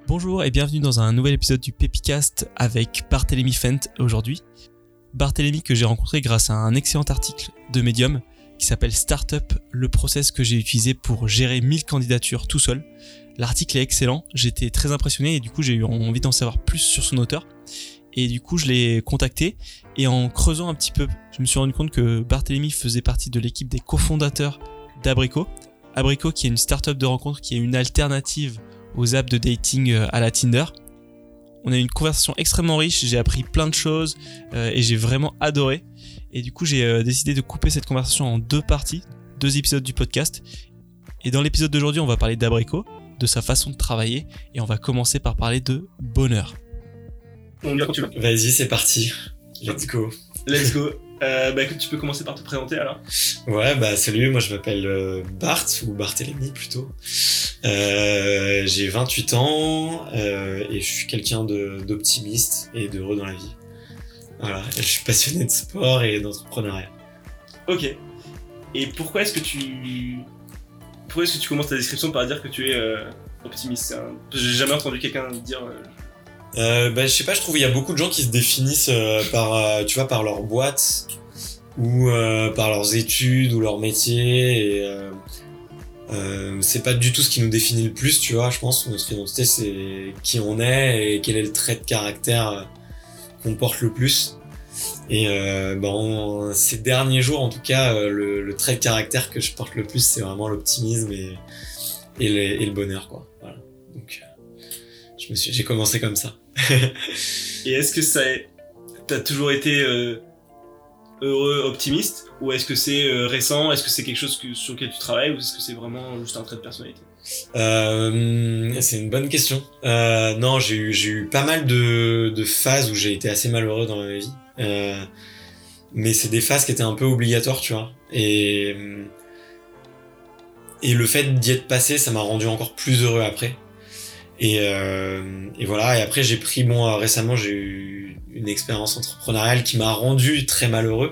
Bonjour et bienvenue dans un nouvel épisode du Pépicast avec Barthélémy Fent aujourd'hui. Barthélémy que j'ai rencontré grâce à un excellent article de Medium qui s'appelle Startup, le process que j'ai utilisé pour gérer 1000 candidatures tout seul. L'article est excellent, j'étais très impressionné et du coup j'ai eu envie d'en savoir plus sur son auteur. Et du coup je l'ai contacté et en creusant un petit peu, je me suis rendu compte que Barthélémy faisait partie de l'équipe des cofondateurs d'Abrico. Abrico qui est une startup de rencontre qui est une alternative aux apps de dating à la Tinder. On a eu une conversation extrêmement riche, j'ai appris plein de choses et j'ai vraiment adoré. Et du coup, j'ai décidé de couper cette conversation en deux parties, 2 épisodes du podcast. Et dans l'épisode d'aujourd'hui, on va parler d'Abrico, de sa façon de travailler et on va commencer par parler de bonheur. Vas-y, c'est parti. Let's go. Let's go. Écoute, tu peux commencer par te présenter alors. Ouais, salut, moi je m'appelle Bart, ou Barthélémy plutôt. J'ai 28 ans et je suis quelqu'un d'optimiste et d'heureux dans la vie. Voilà, je suis passionné de sport et d'entrepreneuriat. Ok. Et pourquoi est-ce que tu commences ta description par dire que tu es optimiste? J'ai jamais entendu quelqu'un dire... Je sais pas, je trouve il y a beaucoup de gens qui se définissent par leur boîte ou par leurs études ou leur métier et c'est pas du tout ce qui nous définit le plus, tu vois. Je pense que notre identité c'est qui on est et quel est le trait de caractère qu'on porte le plus. Et ces derniers jours en tout cas le trait de caractère que je porte le plus c'est vraiment l'optimisme et le bonheur quoi. Voilà. Donc j'ai commencé comme ça. Et est-ce que t'as toujours été heureux, optimiste, ou est-ce que c'est récent? Est-ce que c'est quelque chose sur lequel tu travailles, ou est-ce que c'est vraiment juste un trait de personnalité? C'est une bonne question. Non, j'ai eu pas mal de phases où j'ai été assez malheureux dans ma vie. Mais c'est des phases qui étaient un peu obligatoires, tu vois. Et le fait d'y être passé, ça m'a rendu encore plus heureux après. Et voilà. Et après, récemment, j'ai eu une expérience entrepreneuriale qui m'a rendu très malheureux.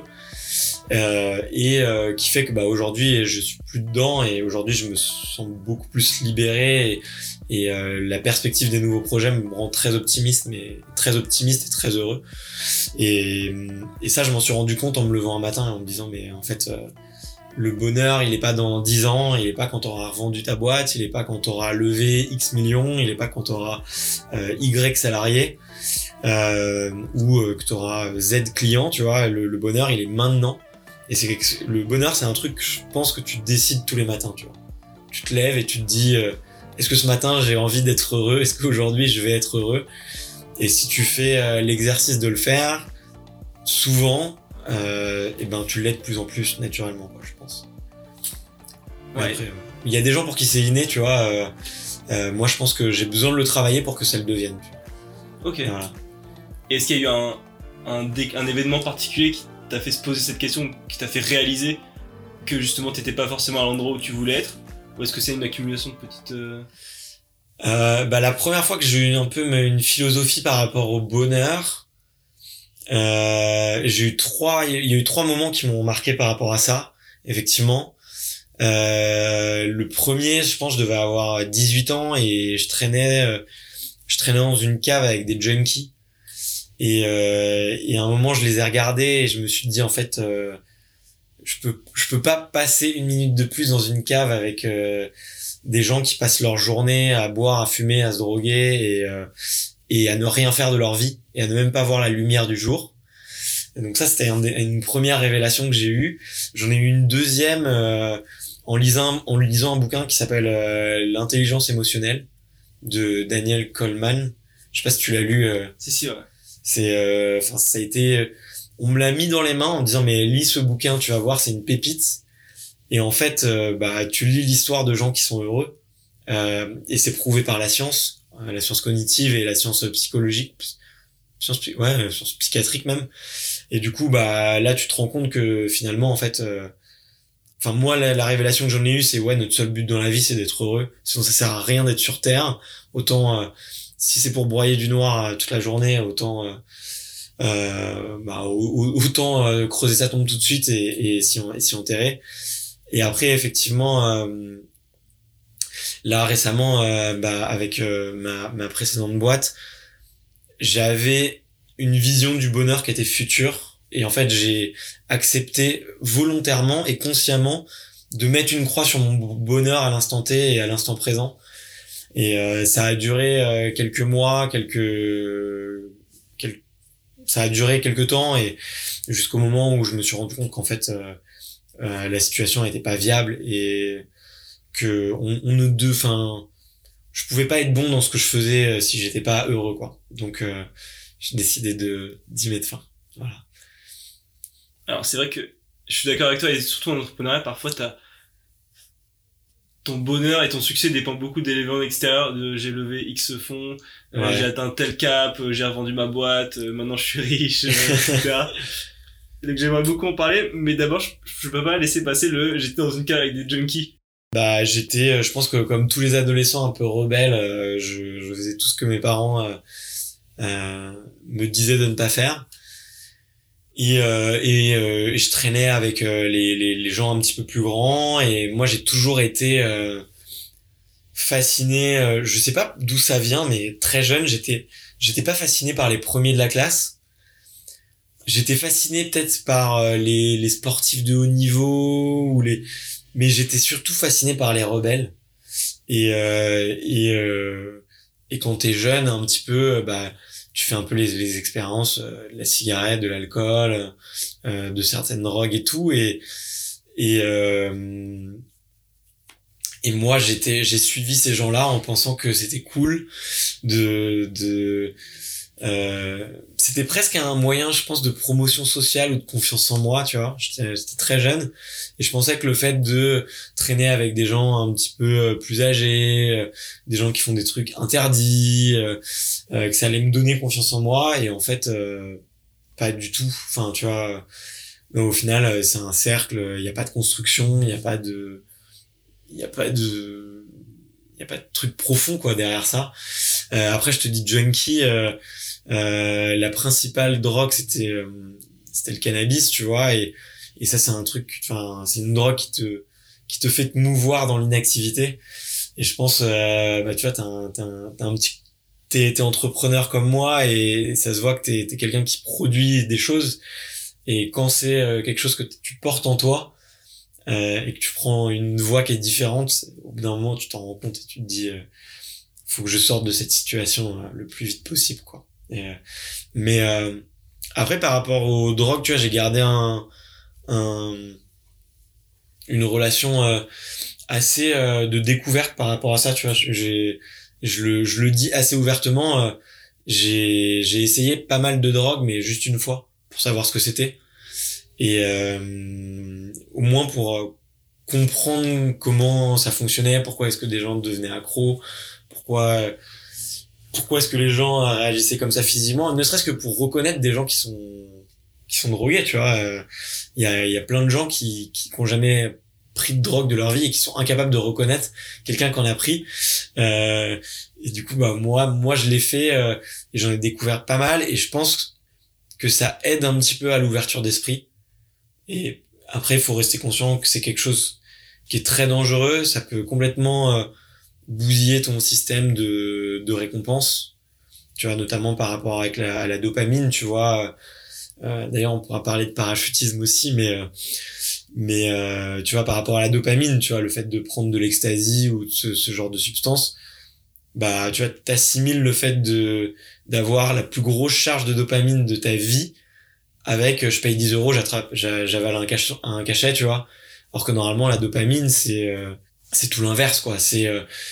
Qui fait que aujourd'hui je suis plus dedans et aujourd'hui je me sens beaucoup plus libéré et la perspective des nouveaux projets me rend très optimiste et très heureux et ça je m'en suis rendu compte en me levant un matin et en me disant mais en fait le bonheur il est pas dans 10 ans, il est pas quand t'auras revendu ta boîte, il est pas quand t'auras levé X millions, il est pas quand t'auras Y salariés ou que t'auras Z clients, tu vois. Le bonheur il est maintenant. Et le bonheur, c'est un truc que je pense que tu décides tous les matins, tu vois. Tu te lèves et tu te dis, est-ce que ce matin j'ai envie d'être heureux? Est-ce qu'aujourd'hui je vais être heureux? Et si tu fais l'exercice de le faire, souvent, tu l'es de plus en plus naturellement, quoi, je pense. Ouais. Après, il y a des gens pour qui c'est inné, tu vois. Moi, je pense que j'ai besoin de le travailler pour que ça le devienne. Ok. Voilà. Et est-ce qu'il y a eu un événement particulier qui t'a fait se poser cette question, qui t'a fait réaliser que justement t'étais pas forcément à l'endroit où tu voulais être, ou est-ce que c'est une accumulation de petites... La première fois que j'ai eu un peu une philosophie par rapport au bonheur, il y a eu 3 moments qui m'ont marqué par rapport à ça, effectivement. Le premier, je pense, je devais avoir 18 ans et je traînais dans une cave avec des junkies. Et à un moment je les ai regardés et je me suis dit en fait je peux pas passer une minute de plus dans une cave avec des gens qui passent leur journée à boire, à fumer, à se droguer et à ne rien faire de leur vie et à ne même pas voir la lumière du jour. Et donc ça c'était une première révélation que j'ai eue. J'en ai eu une deuxième en lisant un bouquin qui s'appelle L'intelligence émotionnelle de Daniel Goleman. Je sais pas si tu l'as lu. Si ouais. Ça a été, on me l'a mis dans les mains en me disant mais lis ce bouquin, tu vas voir, c'est une pépite. Et en fait, tu lis l'histoire de gens qui sont heureux et c'est prouvé par la science cognitive et la science psychologique, science psychiatrique même. Et du coup, là tu te rends compte que finalement en fait, moi la révélation que j'en ai eue, c'est notre seul but dans la vie, c'est d'être heureux. Sinon ça sert à rien d'être sur terre. Autant si c'est pour broyer du noir toute la journée, autant creuser sa tombe tout de suite et s'y enterrer. Et après effectivement là récemment, avec ma précédente boîte, j'avais une vision du bonheur qui était future. Et en fait, j'ai accepté volontairement et consciemment de mettre une croix sur mon bonheur à l'instant T et à l'instant présent. Et ça a duré quelques mois, ça a duré quelques temps, et jusqu'au moment où je me suis rendu compte qu'en fait la situation n'était pas viable et que je pouvais pas être bon dans ce que je faisais si j'étais pas heureux, quoi. Donc j'ai décidé d'y mettre fin. Voilà. Alors c'est vrai que je suis d'accord avec toi, et surtout en entrepreneuriat, parfois ton bonheur et ton succès dépend beaucoup d'éléments extérieurs, j'ai levé X fonds, Ouais. j'ai atteint tel cap, j'ai revendu ma boîte, maintenant je suis riche, etc. Donc j'aimerais beaucoup en parler, mais d'abord je peux pas laisser passer j'étais dans une cave avec des junkies. Je pense que comme tous les adolescents un peu rebelles, je faisais tout ce que mes parents me disaient de ne pas faire. Et je traînais avec les gens un petit peu plus grands, et moi j'ai toujours été fasciné, je sais pas d'où ça vient, mais très jeune j'étais pas fasciné par les premiers de la classe. J'étais fasciné peut-être par les sportifs de haut niveau mais j'étais surtout fasciné par les rebelles. Et quand t'es jeune un petit peu, tu fais un peu les expériences de la cigarette, de l'alcool, de certaines drogues et tout, et moi j'ai suivi ces gens-là en pensant que c'était cool c'était presque un moyen, je pense, de promotion sociale ou de confiance en moi, tu vois. J'étais très jeune, et je pensais que le fait de traîner avec des gens un petit peu plus âgés, des gens qui font des trucs interdits, que ça allait me donner confiance en moi, et en fait pas du tout. Enfin, tu vois, au final c'est un cercle, il y a pas de construction, il y a pas de truc profond, quoi, derrière ça. Après, je te dis junkie, la principale drogue c'était le cannabis, tu vois, et ça c'est un truc, enfin c'est une drogue qui te fait te mouvoir dans l'inactivité. Et je pense tu vois, t'es entrepreneur comme moi, et ça se voit que t'es quelqu'un qui produit des choses, et quand c'est quelque chose que tu portes en toi, et que tu prends une voie qui est différente, au bout d'un moment tu t'en rends compte et tu te dis faut que je sorte de cette situation le plus vite possible, quoi. Mais après, par rapport aux drogues, tu vois, j'ai gardé une relation assez de découverte par rapport à ça, tu vois. Je le dis assez ouvertement, j'ai essayé pas mal de drogues, mais juste une fois pour savoir ce que c'était, et au moins pour comprendre comment ça fonctionnait, pourquoi est-ce que des gens devenaient accros, pourquoi est-ce que les gens réagissaient comme ça physiquement, ne serait-ce que pour reconnaître des gens qui sont drogués, tu vois. Il y a plein de gens qui ont jamais pris de drogue de leur vie et qui sont incapables de reconnaître quelqu'un qui en a pris. Et du coup, moi je l'ai fait, et j'en ai découvert pas mal, et je pense que ça aide un petit peu à l'ouverture d'esprit. Et après, il faut rester conscient que c'est quelque chose qui est très dangereux. Ça peut complètement bousiller ton système de récompense, tu vois, notamment par rapport à la dopamine, tu vois. D'ailleurs, on pourra parler de parachutisme aussi, mais tu vois, par rapport à la dopamine, tu vois, le fait de prendre de l'ecstasy ou de ce genre de substance, tu vois, t'assimiles le fait d'avoir la plus grosse charge de dopamine de ta vie avec je paye 10 euros, j'avale un cachet, tu vois. Alors que normalement, la dopamine, c'est tout l'inverse, quoi. C'est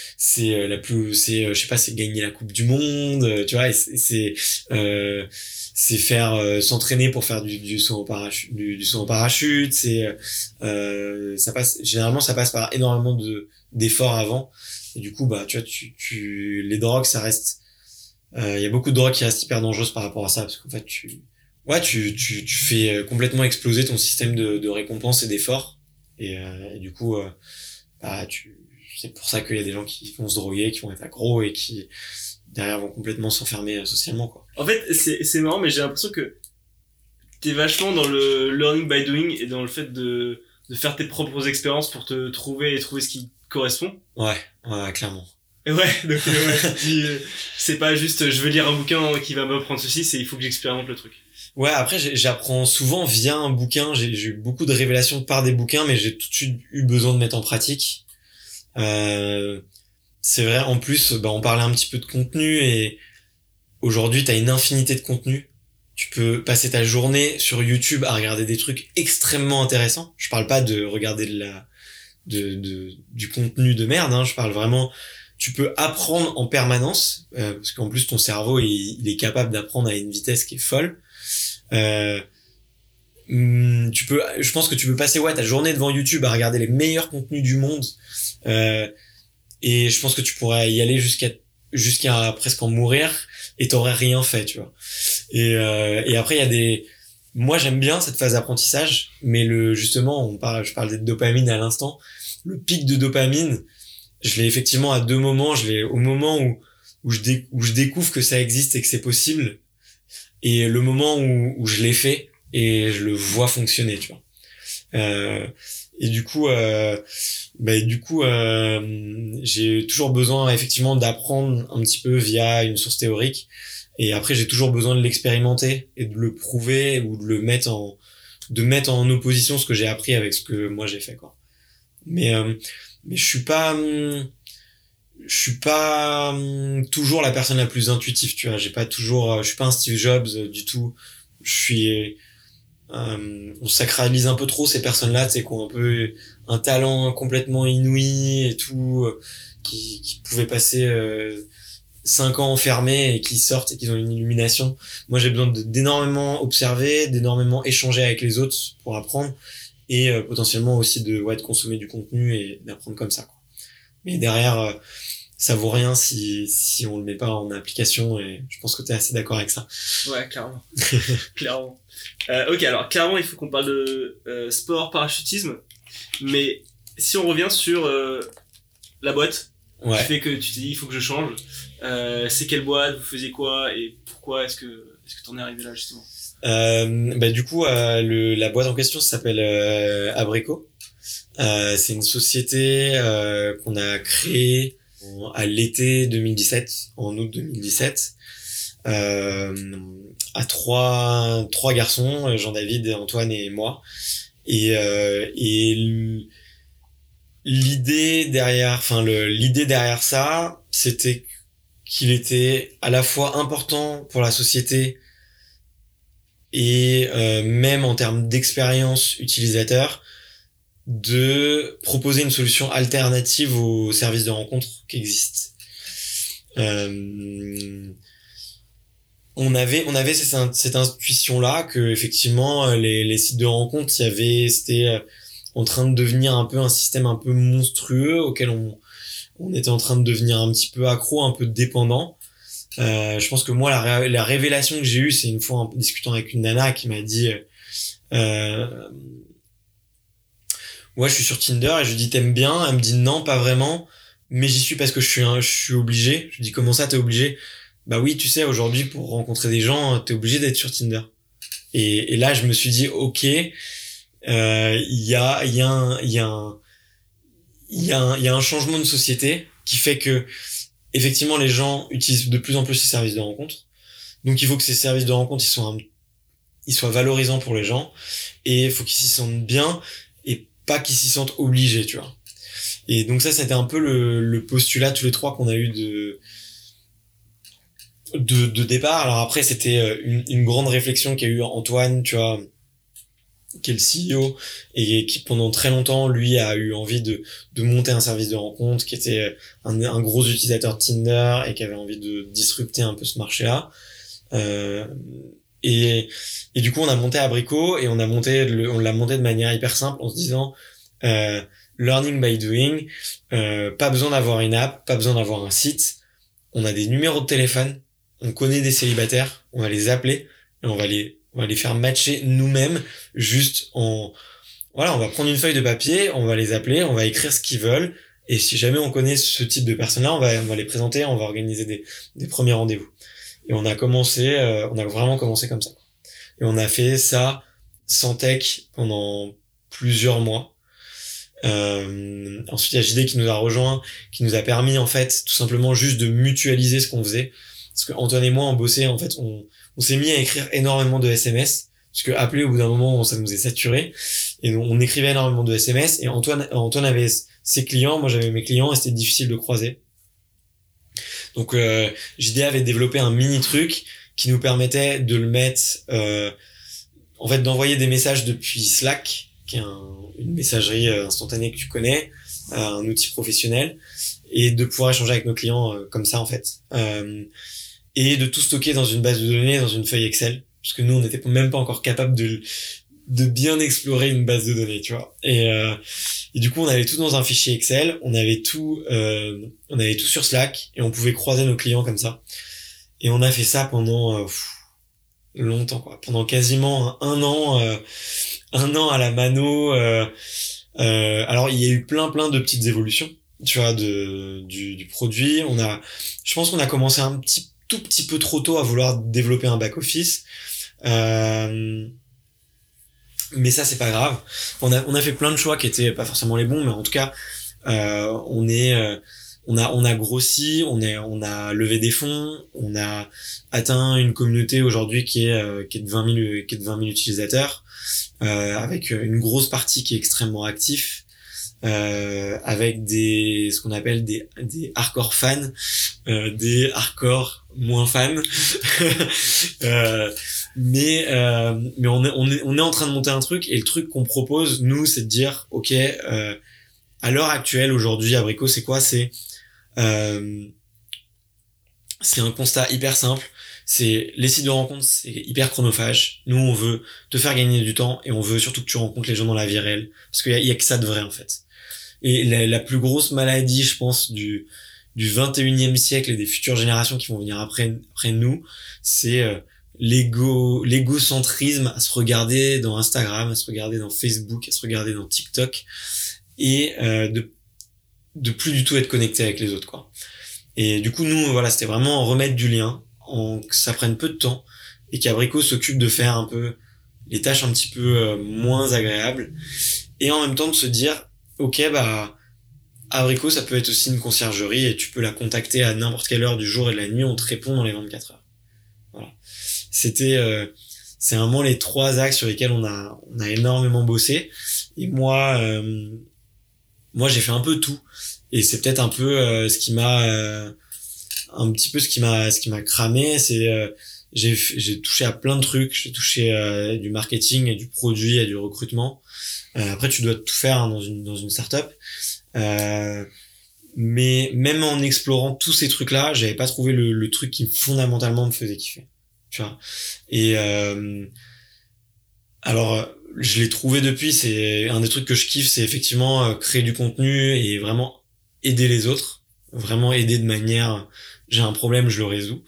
je sais pas, c'est gagner la Coupe du Monde, tu vois, et c'est faire s'entraîner pour faire du saut en parachute, du saut en parachute, généralement ça passe par énormément d'efforts avant. Et du coup, tu vois, les drogues, ça reste, il y a beaucoup de drogues qui restent hyper dangereuses par rapport à ça, parce qu'en fait tu fais complètement exploser ton système de récompense et d'effort, et du coup c'est pour ça qu'il y a des gens qui vont se droguer, qui vont être accros, et qui derrière vont complètement s'enfermer socialement, quoi. En fait, c'est marrant, mais j'ai l'impression que t'es vachement dans le learning by doing, et dans le fait de faire tes propres expériences pour te trouver ce qui correspond. Ouais, clairement. Et ouais, donc c'est pas juste je veux lire un bouquin qui va m'apprendre ceci, c'est il faut que j'expérimente le truc. Ouais, après j'apprends souvent via un bouquin, j'ai eu beaucoup de révélations par des bouquins, mais j'ai tout de suite eu besoin de mettre en pratique. C'est vrai, en plus, on parlait un petit peu de contenu, et aujourd'hui t'as une infinité de contenus. Tu peux passer ta journée sur YouTube à regarder des trucs extrêmement intéressants. Je parle pas de regarder du contenu de merde, hein, je parle vraiment, tu peux apprendre en permanence, parce qu'en plus ton cerveau il est capable d'apprendre à une vitesse qui est folle. Je pense que tu peux passer ta journée devant YouTube à regarder les meilleurs contenus du monde, et je pense que tu pourrais y aller jusqu'à presque en mourir et t'aurais rien fait, tu vois. Et après moi j'aime bien cette phase d'apprentissage, mais justement je parlais de dopamine à l'instant, le pic de dopamine, je l'ai effectivement à deux moments. Je l'ai au moment où je découvre que ça existe et que c'est possible, et le moment où je l'ai fait et je le vois fonctionner, tu vois. Et du coup j'ai toujours besoin effectivement d'apprendre un petit peu via une source théorique, et après j'ai toujours besoin de l'expérimenter et de le prouver, ou de mettre en opposition ce que j'ai appris avec ce que moi j'ai fait, quoi. Mais je suis pas toujours la personne la plus intuitive, tu vois. Je suis pas un Steve Jobs du tout. On sacralise un peu trop ces personnes-là, tu sais, qui ont un peu un talent complètement inouï et tout, qui pouvaient passer 5 ans enfermés et qui sortent et qui ont une illumination. Moi, j'ai besoin d'énormément observer, d'énormément échanger avec les autres pour apprendre, et potentiellement aussi de consommer du contenu et d'apprendre comme ça, quoi. Mais derrière, ça vaut rien si on le met pas en application, et je pense que t'es assez d'accord avec ça. Ouais, clairement. Clairement. Ok, alors clairement il faut qu'on parle de sport, parachutisme, mais si on revient sur la boîte, qui fait que tu t'es dit il faut que je change, c'est quelle boîte, vous faisiez quoi, et pourquoi est-ce que t'en es arrivé là justement? Du coup, la boîte en question s'appelle Abrico. C'est une société qu'on a créée à l'été 2017, en août 2017, à trois garçons, Jean-David, Antoine et moi. Et l'idée derrière ça, c'était qu'il était à la fois important pour la société et même en termes d'expérience utilisateur, de proposer une solution alternative aux services de rencontre qui existent. On avait cette intuition-là que effectivement les sites de rencontre, c'était en train de devenir un peu un système un peu monstrueux auquel on était en train de devenir un petit peu accro, un peu dépendant. Je pense que moi la révélation que j'ai eue, c'est une fois en discutant avec une nana qui m'a dit ouais, je suis sur Tinder, et je lui dis t'aimes bien, elle me dit non, pas vraiment, mais j'y suis parce que je suis obligé. Je lui dis comment ça t'es obligé? Bah oui, tu sais, aujourd'hui pour rencontrer des gens, t'es obligé d'être sur Tinder. Et là je me suis dit ok, il y a un changement de société qui fait que effectivement les gens utilisent de plus en plus ces services de rencontre. Donc il faut que ces services de rencontre ils soient valorisants pour les gens, et il faut qu'ils s'y sentent bien et pas qu'ils s'y sentent obligés, tu vois. Et donc ça, c'était un peu le postulat tous les trois qu'on a eu de départ. Alors après, c'était une grande réflexion qu'a eu Antoine, tu vois, qui est le CEO, et qui pendant très longtemps, lui, a eu envie de monter un service de rencontre, qui était un gros utilisateur de Tinder et qui avait envie de disrupter un peu ce marché-là. Et du coup, on a monté Abrico, et on l'a monté de manière hyper simple en se disant learning by doing, pas besoin d'avoir une app, pas besoin d'avoir un site. On a des numéros de téléphone, on connaît des célibataires, on va les appeler et on va les faire matcher nous-mêmes, juste on va prendre une feuille de papier, on va les appeler, on va écrire ce qu'ils veulent, et si jamais on connaît ce type de personnes-là, on va les présenter, on va organiser des premiers rendez-vous. Et on a vraiment commencé comme ça. Et on a fait ça sans tech pendant plusieurs mois. Ensuite, il y a JD qui nous a rejoint, qui nous a permis, en fait, tout simplement juste de mutualiser ce qu'on faisait. Parce que Antoine et moi, on bossait, en fait, on s'est mis à écrire énormément de SMS. Parce que appeler, au bout d'un moment, ça nous est saturé. Et on écrivait énormément de SMS. Et Antoine avait ses clients, moi j'avais mes clients, et c'était difficile de croiser. Donc, JD avait développé un mini truc qui nous permettait de le mettre, en fait, d'envoyer des messages depuis Slack, qui est une messagerie instantanée que tu connais, un outil professionnel, et de pouvoir échanger avec nos clients comme ça, en fait. Et de tout stocker dans une base de données, dans une feuille Excel, parce que nous, on n'était même pas encore capable de bien explorer une base de données, tu vois. Et du coup, on avait tout dans un fichier Excel, on avait tout sur Slack, et on pouvait croiser nos clients comme ça. Et on a fait ça pendant longtemps, quoi. Pendant quasiment un an à la mano. Alors, il y a eu plein de petites évolutions, tu vois, du produit. Je pense qu'on a commencé tout petit peu trop tôt à vouloir développer un back office. Mais ça, c'est pas grave. On a fait plein de choix qui étaient pas forcément les bons, mais en tout cas, on a grossi, on a levé des fonds, on a atteint une communauté aujourd'hui qui est de 20 000 utilisateurs, avec une grosse partie qui est extrêmement actif, avec ce qu'on appelle des hardcore fans, des hardcore moins fans. Mais on est en train de monter un truc, et le truc qu'on propose, nous, c'est de dire, ok, à l'heure actuelle, aujourd'hui, Abrico, c'est quoi? C'est un constat hyper simple. C'est les sites de rencontres, c'est hyper chronophage. Nous, on veut te faire gagner du temps, et on veut surtout que tu rencontres les gens dans la vie réelle, parce qu'il y a que ça de vrai, en fait. Et la plus grosse maladie, je pense, du 21e siècle et des futures générations qui vont venir après nous, c'est l'égocentrisme, à se regarder dans Instagram, à se regarder dans Facebook, à se regarder dans TikTok, et de plus du tout être connecté avec les autres, quoi. Et du coup, nous, voilà, c'était vraiment remettre du lien, que ça prenne peu de temps, et qu'Abrico s'occupe de faire un peu les tâches un petit peu moins agréables, et en même temps de se dire, ok, Abrico, ça peut être aussi une conciergerie, et tu peux la contacter à n'importe quelle heure du jour et de la nuit, on te répond dans les 24 heures. Voilà. C'est vraiment les 3 axes sur lesquels on a énormément bossé. Et moi, j'ai fait un peu tout. Et c'est peut-être un peu ce qui m'a cramé. C'est j'ai touché à plein de trucs. J'ai touché du marketing et du produit et du recrutement. Après, tu dois tout faire, hein, dans une startup. Mais même en explorant tous ces trucs-là, j'avais pas trouvé le truc qui fondamentalement me faisait kiffer. Tu vois. Et alors, je l'ai trouvé depuis. C'est un des trucs que je kiffe, c'est effectivement créer du contenu et vraiment aider les autres, vraiment aider de manière, j'ai un problème, je le résous.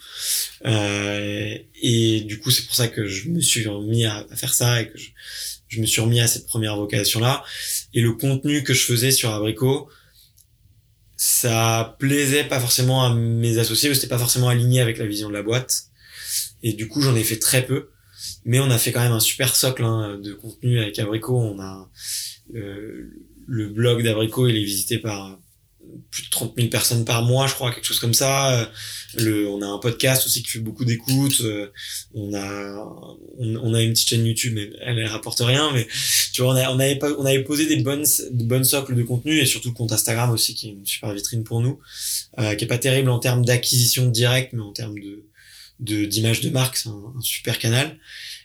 Et du coup, c'est pour ça que je me suis remis à faire ça, et que je me suis remis à cette première vocation-là. Et le contenu que je faisais sur Abrico, ça plaisait pas forcément à mes associés, ou c'était pas forcément aligné avec la vision de la boîte. Et du coup, j'en ai fait très peu. Mais on a fait quand même un super socle, hein, de contenu avec Abrico. On a le blog d'Abrico, il est visité par plus de 30 000 personnes par mois, je crois, quelque chose comme ça. On a un podcast aussi qui fait beaucoup d'écoutes. On a une petite chaîne YouTube, mais elle rapporte rien. Mais tu vois, on avait posé des bonnes socles de contenu, et surtout le compte Instagram aussi, qui est une super vitrine pour nous, qui est pas terrible en termes d'acquisition directe, mais en termes d'image de marque, c'est un super canal.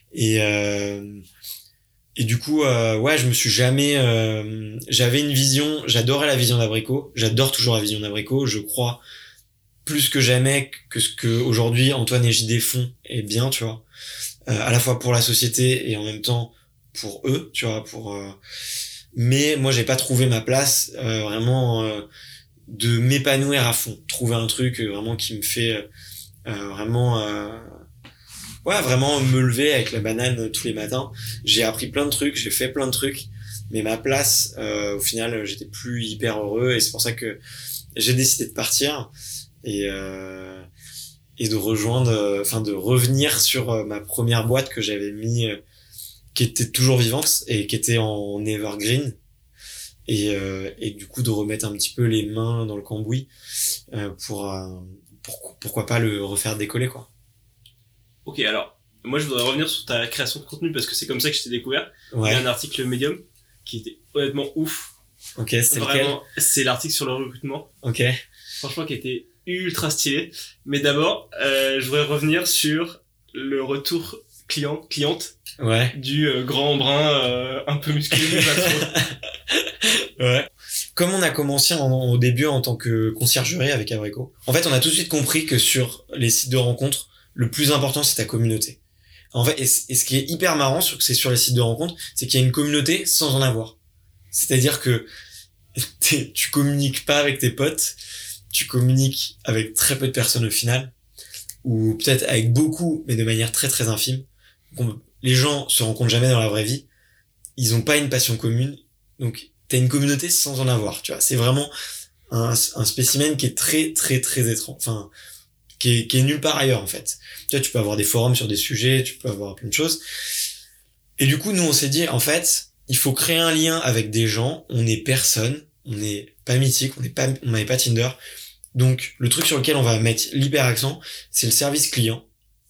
Et du coup, je me suis jamais, j'avais une vision, j'adorais la vision d'Abrico, j'adore toujours la vision d'Abrico, je crois plus que jamais que ce que aujourd'hui Antoine et JD font est bien, tu vois, à la fois pour la société et en même temps pour eux, tu vois, mais moi j'ai pas trouvé ma place, vraiment, de m'épanouir à fond, trouver un truc vraiment qui me fait vraiment me lever avec la banane tous les matins. J'ai appris plein de trucs, j'ai fait plein de trucs, mais ma place, au final, j'étais plus hyper heureux, et c'est pour ça que j'ai décidé de partir et de revenir sur ma première boîte que j'avais mis, qui était toujours vivante et qui était en evergreen. et du coup de remettre un petit peu les mains dans le cambouis pourquoi pas le refaire décoller, quoi. Ok, alors moi je voudrais revenir sur ta création de contenu parce que c'est comme ça que je t'ai découvert. Ouais. Il y a un article Medium qui était honnêtement ouf. Ok, c'est lequel? C'est l'article sur le recrutement. Ok. Franchement, qui était ultra stylé. Mais d'abord, je voudrais revenir sur le retour cliente Ouais. du grand brun un peu musclé, mais pas trop. Ouais. Comme on a commencé au début en tant que conciergerie avec Abrico, en fait, on a tout de suite compris que sur les sites de rencontres, le plus important, c'est ta communauté. En fait, et ce qui est hyper marrant, c'est sur les sites de rencontres, c'est qu'il y a une communauté sans en avoir. C'est-à-dire que tu communiques pas avec tes potes, tu communiques avec très peu de personnes au final, ou peut-être avec beaucoup, mais de manière très très infime. Les gens se rencontrent jamais dans la vraie vie, ils ont pas une passion commune, donc t'as une communauté sans en avoir, tu vois. C'est vraiment un spécimen qui est très très très étrange, enfin qui est nulle part ailleurs en fait. Tu vois, tu peux avoir des forums sur des sujets, tu peux avoir plein de choses. Et du coup, nous on s'est dit en fait, il faut créer un lien avec des gens, on n'est personne, on n'est pas mythique, on n'avait pas Tinder. Donc le truc sur lequel on va mettre l'hyper accent, c'est le service client.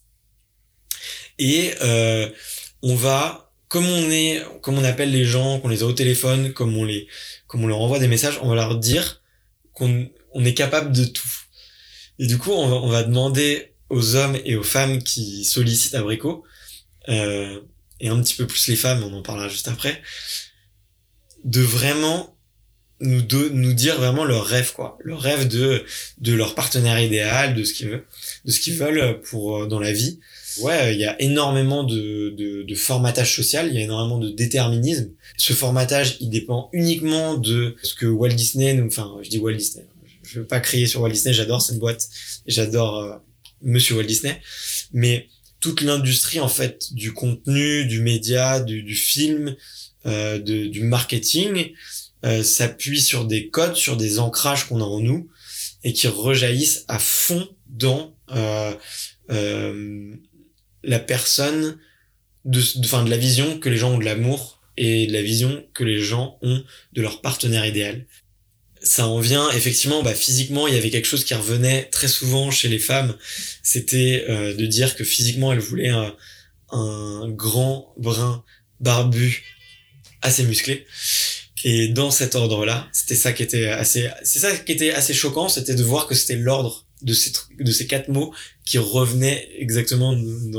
Et on va, comme on appelle les gens, qu'on les a au téléphone, comme on leur envoie des messages, on va leur dire qu'on est capable de tout. Et du coup, on va demander aux hommes et aux femmes qui sollicitent Abrico, et un petit peu plus les femmes, on en parlera juste après, de vraiment nous dire vraiment leur rêve, quoi. Leur rêve de leur partenaire idéal, de ce qu'ils veulent pour dans la vie. Ouais, il y a énormément de formatage social, il y a énormément de déterminisme. Ce formatage, il dépend uniquement de ce que Walt Disney je dis Walt Disney. Je veux pas crier sur Walt Disney, j'adore cette boîte, et j'adore Monsieur Walt Disney, mais toute l'industrie en fait du contenu, du média, du film, du marketing s'appuie sur des codes, sur des ancrages qu'on a en nous et qui rejaillissent à fond dans la personne de la vision que les gens ont de l'amour et de la vision que les gens ont de leur partenaire idéal. Ça en vient effectivement, physiquement il y avait quelque chose qui revenait très souvent chez les femmes, c'était de dire que physiquement elles voulaient un grand brun barbu assez musclé. Et dans cet ordre-là, c'est ça qui était assez choquant, c'était de voir que c'était l'ordre de ces quatre mots qui revenaient exactement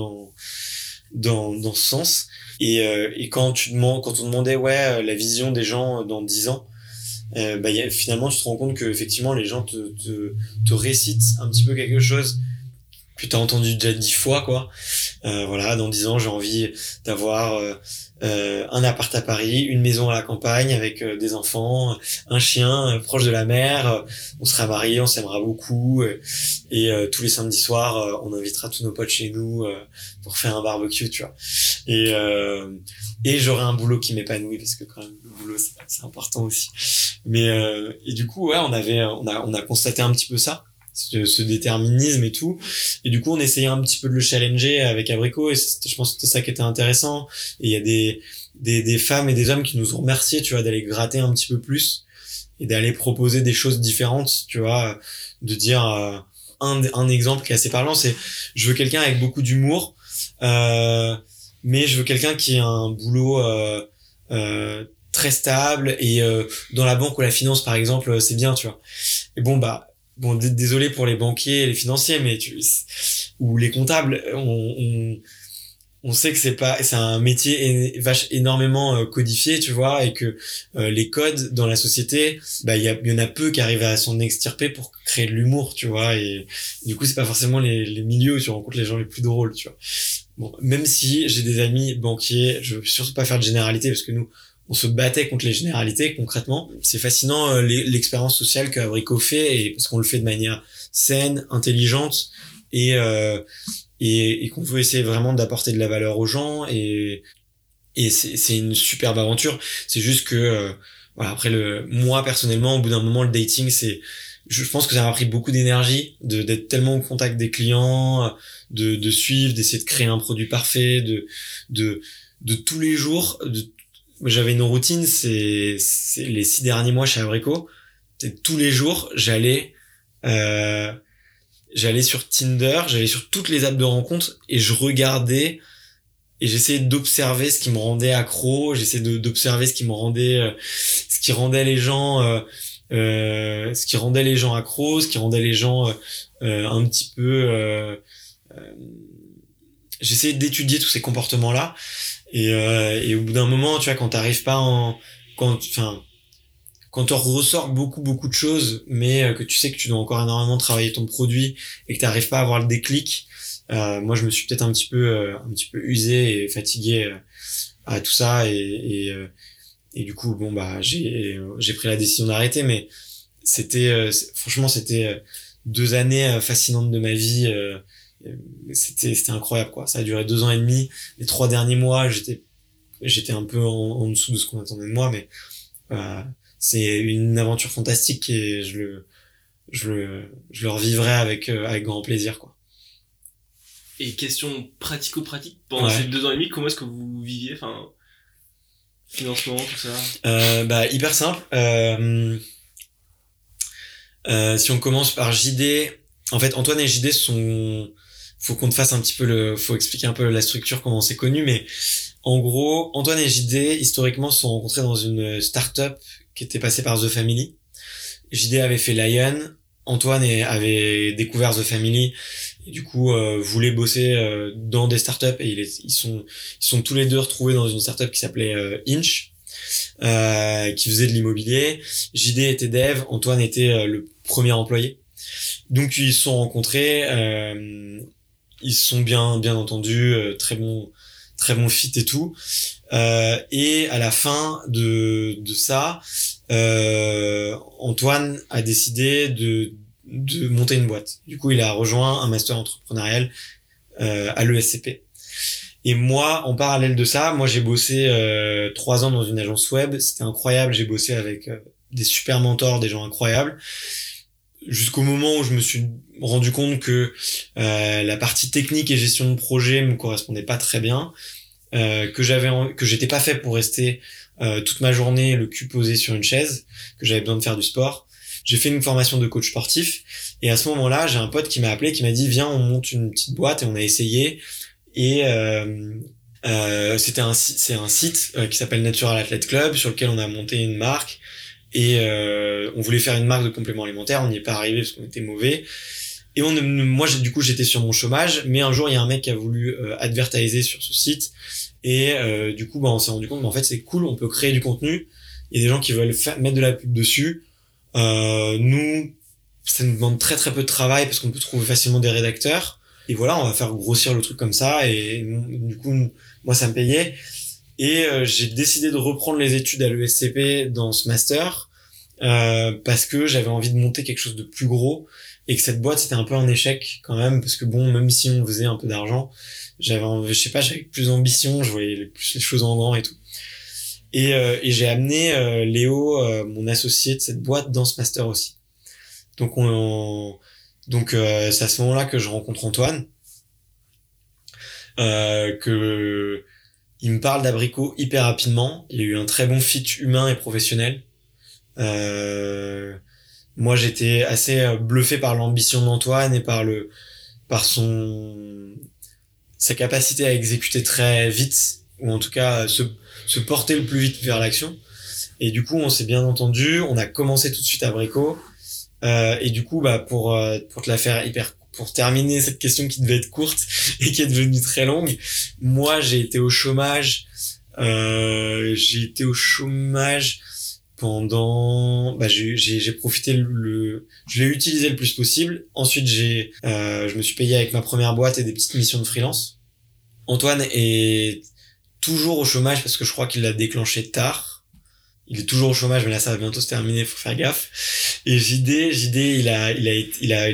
dans ce sens. Et quand on demandait la vision des gens dans 10 ans, finalement tu te rends compte que effectivement les gens te récitent un petit peu quelque chose que t'as entendu déjà 10 fois, quoi. Dans 10 ans j'ai envie d'avoir un appart à Paris, une maison à la campagne avec des enfants, un chien proche de la mer, on sera mariés, on s'aimera beaucoup, et tous les samedis soirs on invitera tous nos potes chez nous pour faire un barbecue, tu vois. Et j'aurai un boulot qui m'épanouit, parce que quand même le boulot c'est important aussi. Mais et du coup on a constaté un petit peu ça, ce déterminisme et tout, et du coup on essayait un petit peu de le challenger avec Abrico, et je pense que c'était ça qui était intéressant. Et il y a des femmes et des hommes qui nous ont remerciés, tu vois, d'aller gratter un petit peu plus et d'aller proposer des choses différentes, tu vois, de dire un exemple qui est assez parlant, c'est je veux quelqu'un avec beaucoup d'humour, mais je veux quelqu'un qui a un boulot très stable, et dans la banque ou la finance par exemple c'est bien, tu vois. Et désolé pour les banquiers et les financiers, mais ou les comptables, on sait que c'est un métier énormément codifié, tu vois, et que les codes dans la société, il y en a peu qui arrivent à s'en extirper pour créer de l'humour, tu vois, et du coup c'est pas forcément les milieux où tu rencontres les gens les plus drôles, tu vois. Bon, même si j'ai des amis banquiers, je veux surtout pas faire de généralité, parce que nous on se battait contre les généralités concrètement. C'est fascinant l'expérience sociale qu'Abrico fait, et parce qu'on le fait de manière saine, intelligente, et qu'on veut essayer vraiment d'apporter de la valeur aux gens, et c'est une superbe aventure. C'est juste que après moi personnellement, au bout d'un moment, le dating, je pense que ça m'a pris beaucoup d'énergie d'être tellement au contact des clients, de suivre, d'essayer de créer un produit parfait, de tous les jours, j'avais une routine, c'est les 6 derniers mois chez Abrico. Tous les jours, j'allais sur Tinder, j'allais sur toutes les apps de rencontres et je regardais et j'essayais d'observer ce qui me rendait accro, j'essayais d'observer ce qui me rendait, ce qui rendait les gens accros, ce qui rendait les gens un petit peu. J'essayais d'étudier tous ces comportements-là et au bout d'un moment, tu vois, quand t'arrives pas quand on ressort beaucoup de choses, mais que tu sais que tu dois encore énormément travailler ton produit et que t'arrives pas à avoir le déclic, moi je me suis peut-être un petit peu usé et fatigué à tout ça et du coup bon bah j'ai pris la décision d'arrêter, mais franchement c'était 2 années fascinantes de ma vie. C'était incroyable quoi. Ça a duré 2 ans et demi. Les 3 derniers mois j'étais un peu en dessous de ce qu'on attendait de moi, mais c'est une aventure fantastique et je le revivrai avec grand plaisir quoi. Et question pratico-pratique, pendant ces 2 ans et demi, comment est-ce que vous viviez, financement, tout ça? Hyper simple. Si on commence par JD, en fait Antoine et JD faut qu'on te fasse un petit peu faut expliquer un peu la structure, comment on s'est connus, mais en gros, Antoine et JD, historiquement, se sont rencontrés dans une start-up qui était passée par The Family. JD avait fait Lion, Antoine avait découvert The Family, et du coup, voulait bosser dans des startups, et ils sont tous les deux retrouvés dans une startup qui s'appelait Inch, qui faisait de l'immobilier. JD était dev, Antoine était le premier employé. Donc ils se sont rencontrés, ils se sont bien entendus, très bon fit et tout. Et à la fin de ça, Antoine a décidé de monter une boîte. Du coup, il a rejoint un master entrepreneurial à l'ESCP. Et moi, en parallèle de ça, j'ai bossé 3 ans dans une agence web. C'était incroyable. J'ai bossé avec des super mentors, des gens incroyables. Jusqu'au moment où je me suis rendu compte que la partie technique et gestion de projet me correspondait pas très bien, que j'étais pas fait pour rester toute ma journée le cul posé sur une chaise, que j'avais besoin de faire du sport. J'ai fait une formation de coach sportif et à ce moment-là, j'ai un pote qui m'a appelé, qui m'a dit viens, on monte une petite boîte, et on a essayé. Et c'est un site qui s'appelle Natural Athlete Club, sur lequel on a monté une marque. Et on voulait faire une marque de compléments alimentaires, on n'y est pas arrivé parce qu'on était mauvais. Et moi j'étais sur mon chômage, mais un jour il y a un mec qui a voulu advertiser sur ce site, et du coup on s'est rendu compte en fait c'est cool, on peut créer du contenu, il y a des gens qui veulent mettre de la pub dessus. Nous ça nous demande très très peu de travail parce qu'on peut trouver facilement des rédacteurs, et voilà, on va faire grossir le truc comme ça, et du coup moi ça me payait. Et j'ai décidé de reprendre les études à l'ESCP dans ce master parce que j'avais envie de monter quelque chose de plus gros, et que cette boîte c'était un peu un échec quand même, parce que bon, même si on faisait un peu d'argent, j'avais plus d'ambition, je voyais plus les choses en grand et tout. Et j'ai amené Léo, mon associé de cette boîte, dans ce master aussi. Donc c'est à ce moment-là que je rencontre Antoine, il me parle d'Abrico hyper rapidement. Il y a eu un très bon fit humain et professionnel. Moi, j'étais assez bluffé par l'ambition d'Antoine et par sa capacité à exécuter très vite, ou en tout cas se porter le plus vite vers l'action. Et du coup, on s'est bien entendu. On a commencé tout de suite Abrico. Et du coup, pour te la faire pour terminer cette question qui devait être courte et qui est devenue très longue, moi j'ai été au chômage pendant j'ai profité je l'ai utilisé le plus possible. Ensuite je me suis payé avec ma première boîte et des petites missions de freelance. Antoine est toujours au chômage parce que je crois qu'il l'a déclenché tard. Il est toujours au chômage, mais là ça va bientôt se terminer, faut faire gaffe. Et JD, il a eu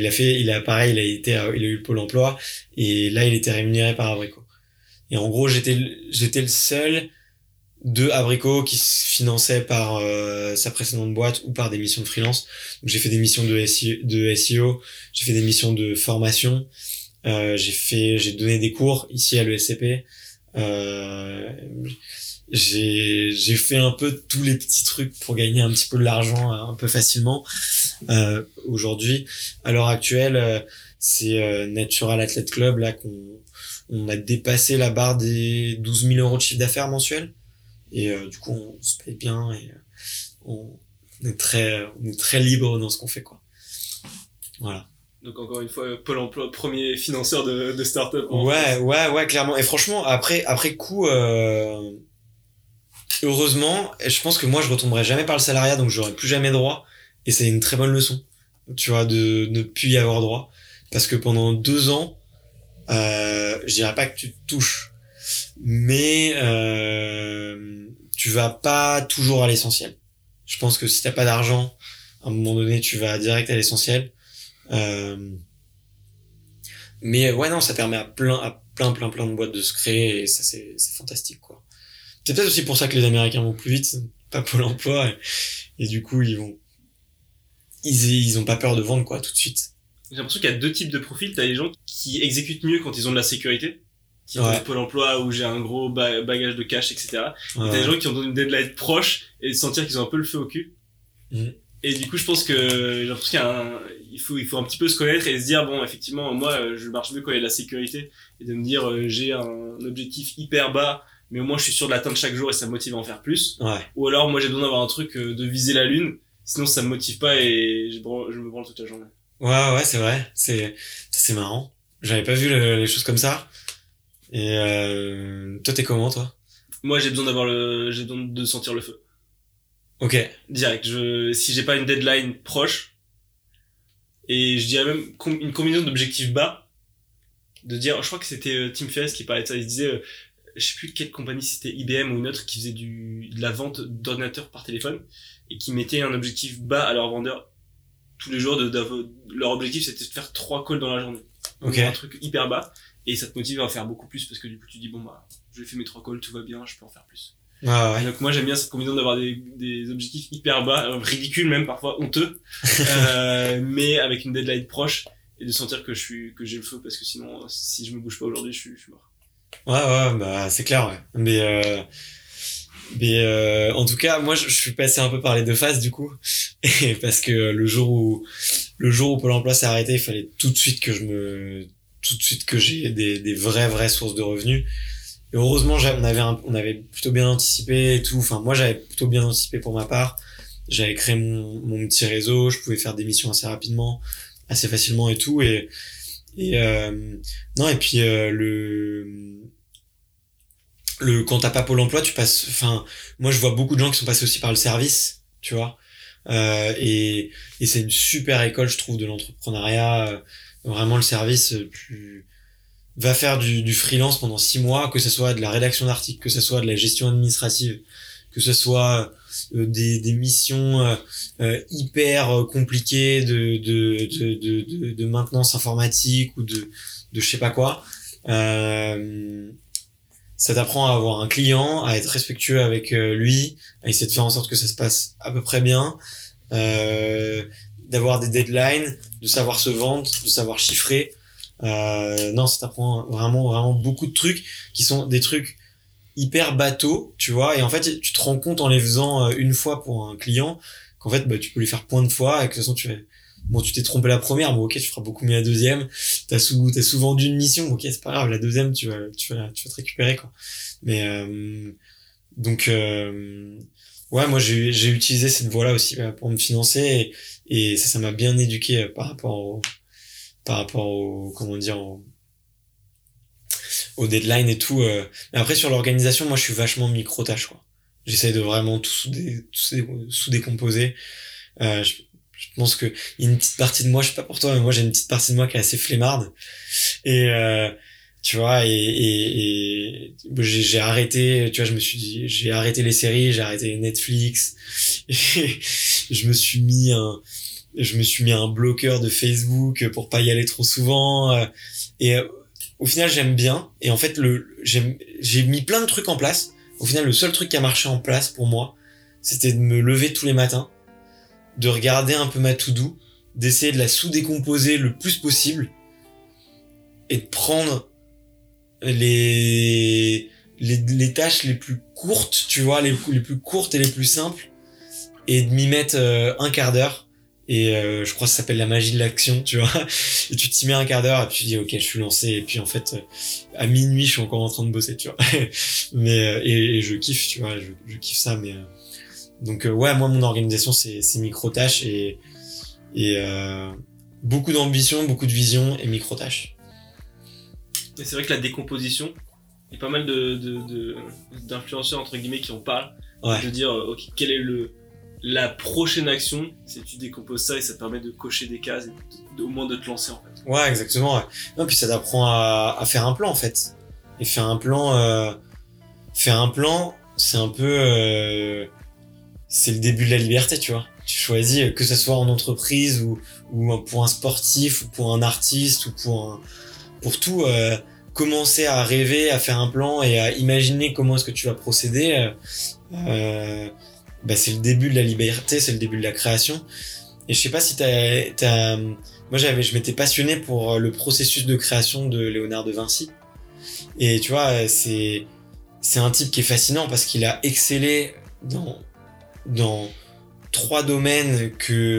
le Pôle emploi, et là il était rémunéré par Abrico. Et en gros, j'étais le seul de Abrico qui se finançait par sa précédente boîte ou par des missions de freelance. Donc j'ai fait des missions de SEO, j'ai fait des missions de formation, j'ai donné des cours ici à l'ESCP. J'ai fait un peu tous les petits trucs pour gagner un petit peu de l'argent un peu facilement. Aujourd'hui, à l'heure actuelle, c'est Natural Athlete Club là on a dépassé la barre des 12 000 euros de chiffre d'affaires mensuel. Et du coup, on se paye bien et on est très libre dans ce qu'on fait, quoi. Voilà. Donc encore une fois, Pôle emploi, premier financeur de start-up. Ouais, clairement. Et franchement, après coup, heureusement, je pense que moi, je retomberai jamais par le salariat, donc j'aurai plus jamais droit. Et c'est une très bonne leçon, tu vois, de ne plus y avoir droit. Parce que pendant 2 ans, je dirais pas que tu te touches, mais tu vas pas toujours à l'essentiel. Je pense que si t'as pas d'argent, à un moment donné, tu vas direct à l'essentiel. Mais ouais, non, ça permet à plein de boîtes de se créer, et ça c'est fantastique, quoi. C'est peut-être aussi pour ça que les Américains vont plus vite, pas Pôle emploi, et du coup ils ont pas peur de vendre, quoi, tout de suite. J'ai l'impression qu'il y a 2 types de profils. T'as les gens qui exécutent mieux quand ils ont de la sécurité, qui ont Pôle emploi où j'ai un gros bagage de cash, etc. Ouais. Et t'as les gens qui ont une deadline proche et sentir qu'ils ont un peu le feu au cul. Et du coup, je pense que j'ai l'impression qu'il faut un petit peu se connaître et se dire, bon, effectivement, moi, je marche mieux quand il y a de la sécurité, et de me dire, j'ai un objectif hyper bas, mais au moins je suis sûr de l'atteindre chaque jour et ça me motive à en faire plus. Ouais. Ou alors, moi, j'ai besoin d'avoir un truc de viser la lune, sinon ça me motive pas et je me branle toute la journée. Ouais, c'est vrai. C'est marrant. J'avais pas vu les choses comme ça. Et toi, t'es comment, toi? Moi, j'ai besoin de sentir le feu. Ok. Direct. Si j'ai pas une deadline proche, et je dirais même une combinaison d'objectifs bas, de dire, je crois que c'était Tim Ferriss qui parlait de ça, il se disait, je sais plus quelle compagnie, c'était IBM ou une autre, qui faisait de la vente d'ordinateurs par téléphone, et qui mettait un objectif bas à leurs vendeurs tous les jours. Leur objectif, c'était de faire 3 calls dans la journée. Donc, un truc hyper bas, et ça te motive à en faire beaucoup plus, parce que du coup, tu dis, bon, bah, j'ai fait mes 3 calls, tout va bien, je peux en faire plus. Ouais. Donc moi, j'aime bien cette combinaison d'avoir des objectifs hyper bas, ridicules même, parfois honteux, mais avec une deadline proche, et de sentir que j'ai le feu, parce que sinon, si je me bouge pas aujourd'hui, je suis mort. Ouais, bah, c'est clair, ouais. Mais en tout cas, moi, je suis passé un peu par les 2 phases, du coup. Et parce que le jour où Pôle emploi s'est arrêté, il fallait tout de suite que j'ai des vraies sources de revenus. Et heureusement, on avait plutôt bien anticipé et tout. Enfin, moi, j'avais plutôt bien anticipé pour ma part. J'avais créé mon petit réseau, je pouvais faire des missions assez rapidement, assez facilement et tout. Non, et puis, quand t'as pas Pôle emploi, moi, je vois beaucoup de gens qui sont passés aussi par le service, tu vois. Et c'est une super école, je trouve, de l'entrepreneuriat. Vraiment, le service, tu vas faire du freelance pendant 6 mois, que ce soit de la rédaction d'articles, que ce soit de la gestion administrative, que ce soit des missions hyper compliquées de maintenance informatique ou de je sais pas quoi. Ça t'apprend à avoir un client, à être respectueux avec lui, à essayer de faire en sorte que ça se passe à peu près bien, d'avoir des deadlines, de savoir se vendre, de savoir chiffrer. Non, ça t'apprend vraiment beaucoup de trucs qui sont des trucs hyper bateaux, tu vois, et en fait tu te rends compte en les faisant une fois pour un client qu'en fait tu peux les faire plein de fois, et que de toute façon tu t'es trompé la première, bon ok, tu feras beaucoup mieux la deuxième, t'as sous-vendu une mission, ok, c'est pas grave, la deuxième tu vas te récupérer, quoi. Mais donc ouais, moi j'ai utilisé cette voie-là aussi pour me financer, et ça m'a bien éduqué par rapport au comment dire, au deadline et tout. Mais après, sur l'organisation, moi je suis vachement micro-tâche, quoi. J'essaie de vraiment tout sous-décomposer. Je pense que il y a une petite partie de moi, je sais pas pour toi, mais moi j'ai une petite partie de moi qui est assez flemmarde, et tu vois, et j'ai arrêté, tu vois, je me suis dit, j'ai arrêté les séries, j'ai arrêté Netflix, et je me suis mis un bloqueur de Facebook pour pas y aller trop souvent, et au final j'aime bien, et en fait j'ai mis plein de trucs en place. Au final, le seul truc qui a marché en place pour moi, c'était de me lever tous les matins, de regarder un peu ma to-do, d'essayer de la sous-décomposer le plus possible, et de prendre les les tâches les plus courtes, tu vois, les plus courtes et les plus simples, et de m'y mettre un quart d'heure. Et je crois que ça s'appelle la magie de l'action, tu vois. Et tu t'y mets un quart d'heure et puis tu dis ok, je suis lancé. Et puis en fait, à minuit, je suis encore en train de bosser, tu vois. Mais et je kiffe, tu vois, je kiffe ça. Mais donc ouais, moi mon organisation c'est micro tâches et beaucoup d'ambition, beaucoup de vision et micro tâches. Et c'est vrai que la décomposition, il y a pas mal d'influenceurs entre guillemets qui en parlent, ouais. De dire ok, quelle est la prochaine action, c'est tu décomposes ça et ça te permet de cocher des cases et au moins de te lancer en fait. Ouais, exactement. Ouais. Non, puis ça t'apprend à faire un plan en fait. Et faire un plan, c'est un peu, c'est le début de la liberté, tu vois. Tu choisis que ça soit en entreprise ou pour un sportif ou pour un artiste ou pour tout. Commencer à rêver, à faire un plan et à imaginer comment est-ce que tu vas procéder. C'est le début de la liberté, c'est le début de la création. Et je sais pas si moi je m'étais passionné pour le processus de création de Léonard de Vinci. Et tu vois, c'est un type qui est fascinant parce qu'il a excellé dans 3 domaines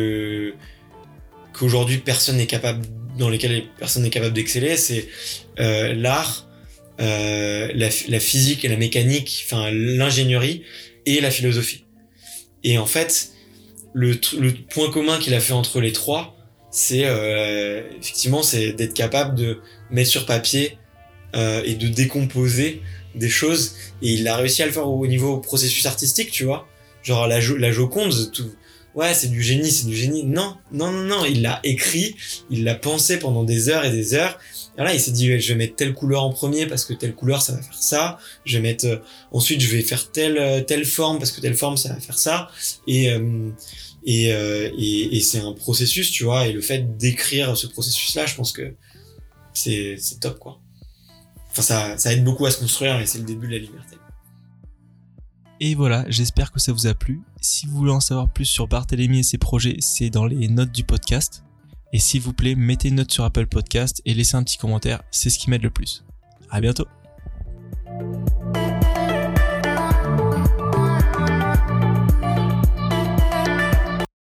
qu'aujourd'hui dans lesquels personne n'est capable d'exceller. C'est l'art, la physique et la mécanique, enfin l'ingénierie et la philosophie. Et en fait, le point commun qu'il a fait entre les 3, c'est effectivement c'est d'être capable de mettre sur papier et de décomposer des choses. Et il a réussi à le faire au niveau processus artistique, tu vois. Genre la Joconde, tout. Ouais, c'est du génie. Non, il l'a écrit, il l'a pensé pendant des heures et des heures. Et là, il s'est dit, je vais mettre telle couleur en premier parce que telle couleur, ça va faire ça. Je vais mettre, ensuite, je vais faire telle forme parce que telle forme, ça va faire ça. Et c'est un processus, tu vois. Et le fait d'écrire ce processus-là, je pense que c'est top, quoi. Enfin, ça aide beaucoup à se construire et c'est le début de la liberté. Et voilà, j'espère que ça vous a plu. Si vous voulez en savoir plus sur Barthélémy et ses projets, c'est dans les notes du podcast. Et s'il vous plaît, mettez une note sur Apple Podcast et laissez un petit commentaire, c'est ce qui m'aide le plus. À bientôt.